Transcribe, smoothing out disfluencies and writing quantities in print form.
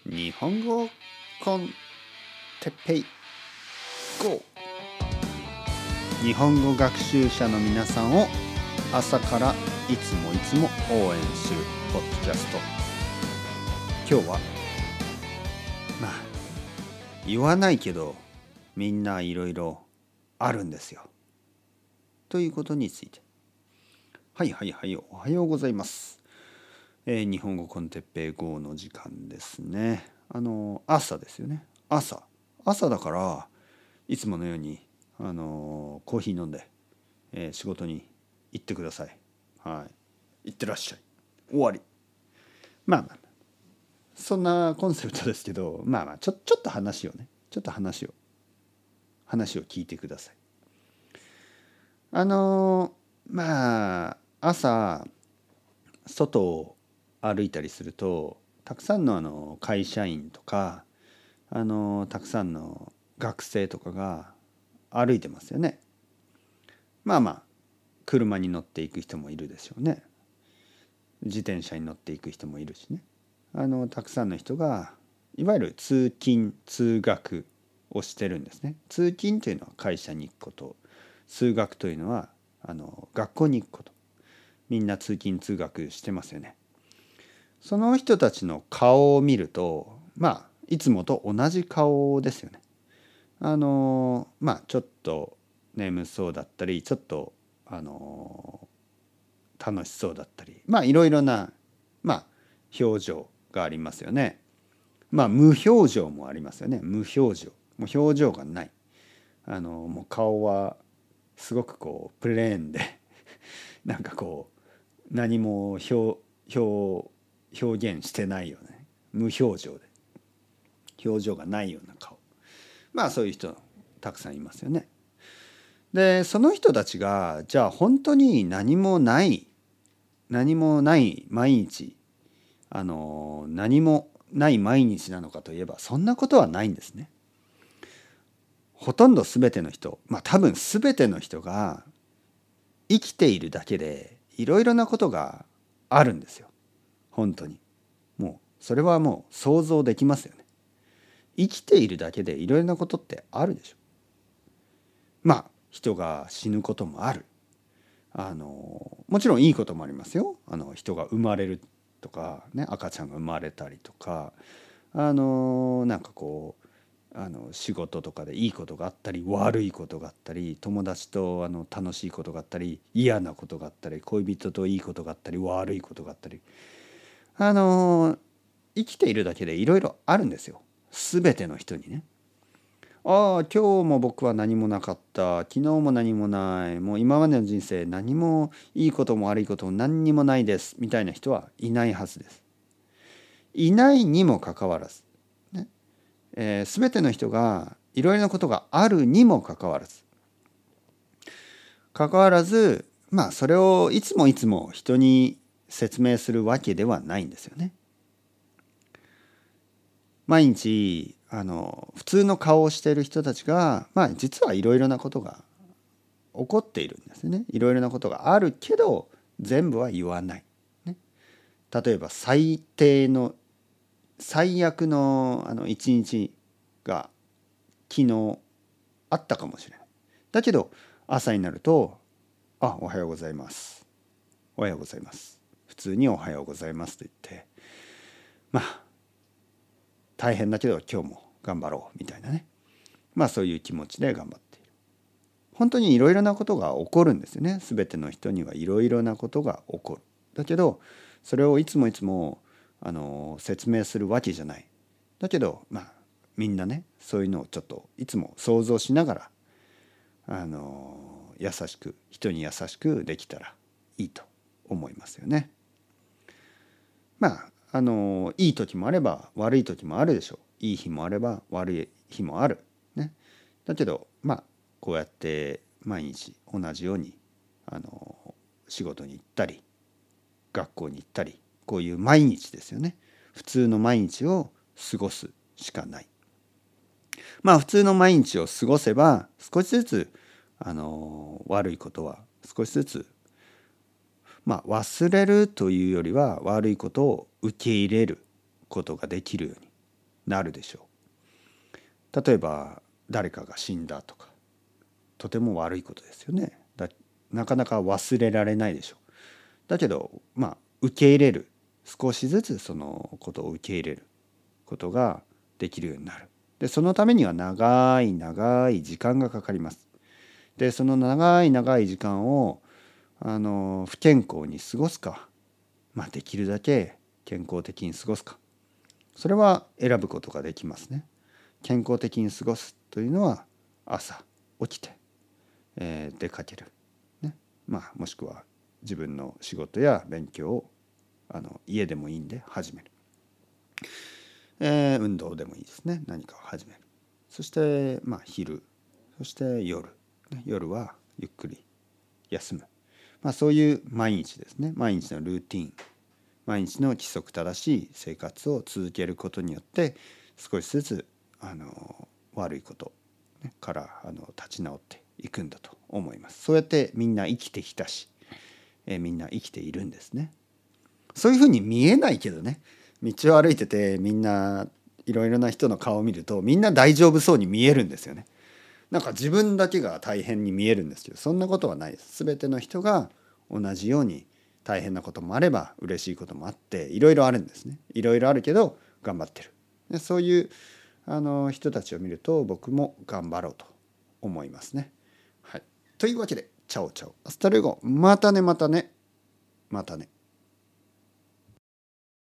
日本語コンテッペイ GO！ 日本語学習者の皆さんを朝からいつも応援するポッドキャスト。今日は言わないけどみんないろいろあるんですよということについて。はいおはようございます。日本語コンテッペイ GO の時間ですね。朝ですよね。朝だからいつものようにコーヒー飲んで、仕事に行ってください。はい、行ってらっしゃい。終わり。そんなコンセプトですけど、ちょっと話を聞いてください。朝外を歩いたりするとたくさんの会社員とかたくさんの学生とかが歩いてますよね。車に乗っていく人もいるでしょうね。自転車に乗っていく人もいるしね。たくさんの人がいわゆる通勤通学をしてるんですね。通勤というのは会社に行くこと、通学というのは学校に行くこと。みんな通勤通学してますよね。その人たちの顔を見るといつもと同じ顔ですよね。ちょっと眠そうだったり、ちょっと楽しそうだったり、いろいろな表情がありますよね。無表情もありますよね。無表情、もう表情がない。もう顔はすごくプレーンで何も表現してないよね。無表情で表情がないような顔。そういう人たくさんいますよね。でその人たちがじゃあ本当に何もない毎日何もない毎日なのかといえばそんなことはないんですね。ほとんど全ての人、多分全ての人が生きているだけでいろいろなことがあるんですよ。本当にもうそれはもう想像できますよね。生きているだけでいろいろなことってあるでしょ。人が死ぬこともある。もちろんいいこともありますよ。人が生まれるとかね、赤ちゃんが生まれたりとか仕事とかでいいことがあったり悪いことがあったり、友達と楽しいことがあったり嫌なことがあったり、恋人といいことがあったり悪いことがあったり、生きているだけでいろいろあるんですよ。全ての人にね。今日も僕は何もなかった、昨日も何もない、もう今までの人生何もいいことも悪いことも何にもないですみたいな人はいないはずです。いないにもかかわらずね、全ての人がいろいろなことがあるにもかかわらずそれをいつも人に説明するわけではないんですよね。毎日普通の顔をしている人たちが実はいろいろなことが起こっているんですね。いろいろなことがあるけど全部は言わない、ね。例えば最悪の一日が昨日あったかもしれない。だけど朝になるとおはようございます。おはようございます。普通におはようございますと言って大変だけど今日も頑張ろうみたいなね。そういう気持ちで頑張っている。本当にいろいろなことが起こるんですよね。すべての人にはいろいろなことが起こる。だけどそれをいつも説明するわけじゃない。だけどみんなね、そういうのをちょっといつも想像しながら優しく、人に優しくできたらいいと思いますよね。いい時もあれば悪い時もあるでしょう。いい日もあれば悪い日もある、ね。だけどこうやって毎日同じように仕事に行ったり学校に行ったり、こういう毎日ですよね。普通の毎日を過ごすしかない。普通の毎日を過ごせば少しずつ悪いことは少しずつ忘れるというよりは悪いことを受け入れることができるようになるでしょう。例えば誰かが死んだとか、とても悪いことですよね。なかなか忘れられないでしょう。だけど受け入れる、少しずつそのことを受け入れることができるようになる。でそのためには長い長い時間がかかります。でその長い長い時間を不健康に過ごすか、できるだけ健康的に過ごすか、それは選ぶことができますね。健康的に過ごすというのは朝起きて、出かける、ね、もしくは自分の仕事や勉強を家でもいいんで始める、運動でもいいですね、何かを始める。そして昼、そして夜、夜はゆっくり休む、そういう毎日ですね、毎日のルーティン、毎日の規則正しい生活を続けることによって少しずつ悪いことから立ち直っていくんだと思います。そうやってみんな生きてきたし、みんな生きているんですね。そういうふうに見えないけどね、道を歩いててみんないろいろな人の顔を見るとみんな大丈夫そうに見えるんですよね。なんか自分だけが大変に見えるんですけど、そんなことはないです。全ての人が同じように大変なこともあれば嬉しいこともあって、いろいろあるんですね。いろいろあるけど頑張ってる。でそういう人たちを見ると僕も頑張ろうと思いますね。はい。というわけで、チャオチャオ、アスタルエゴ、またねまたねまたね。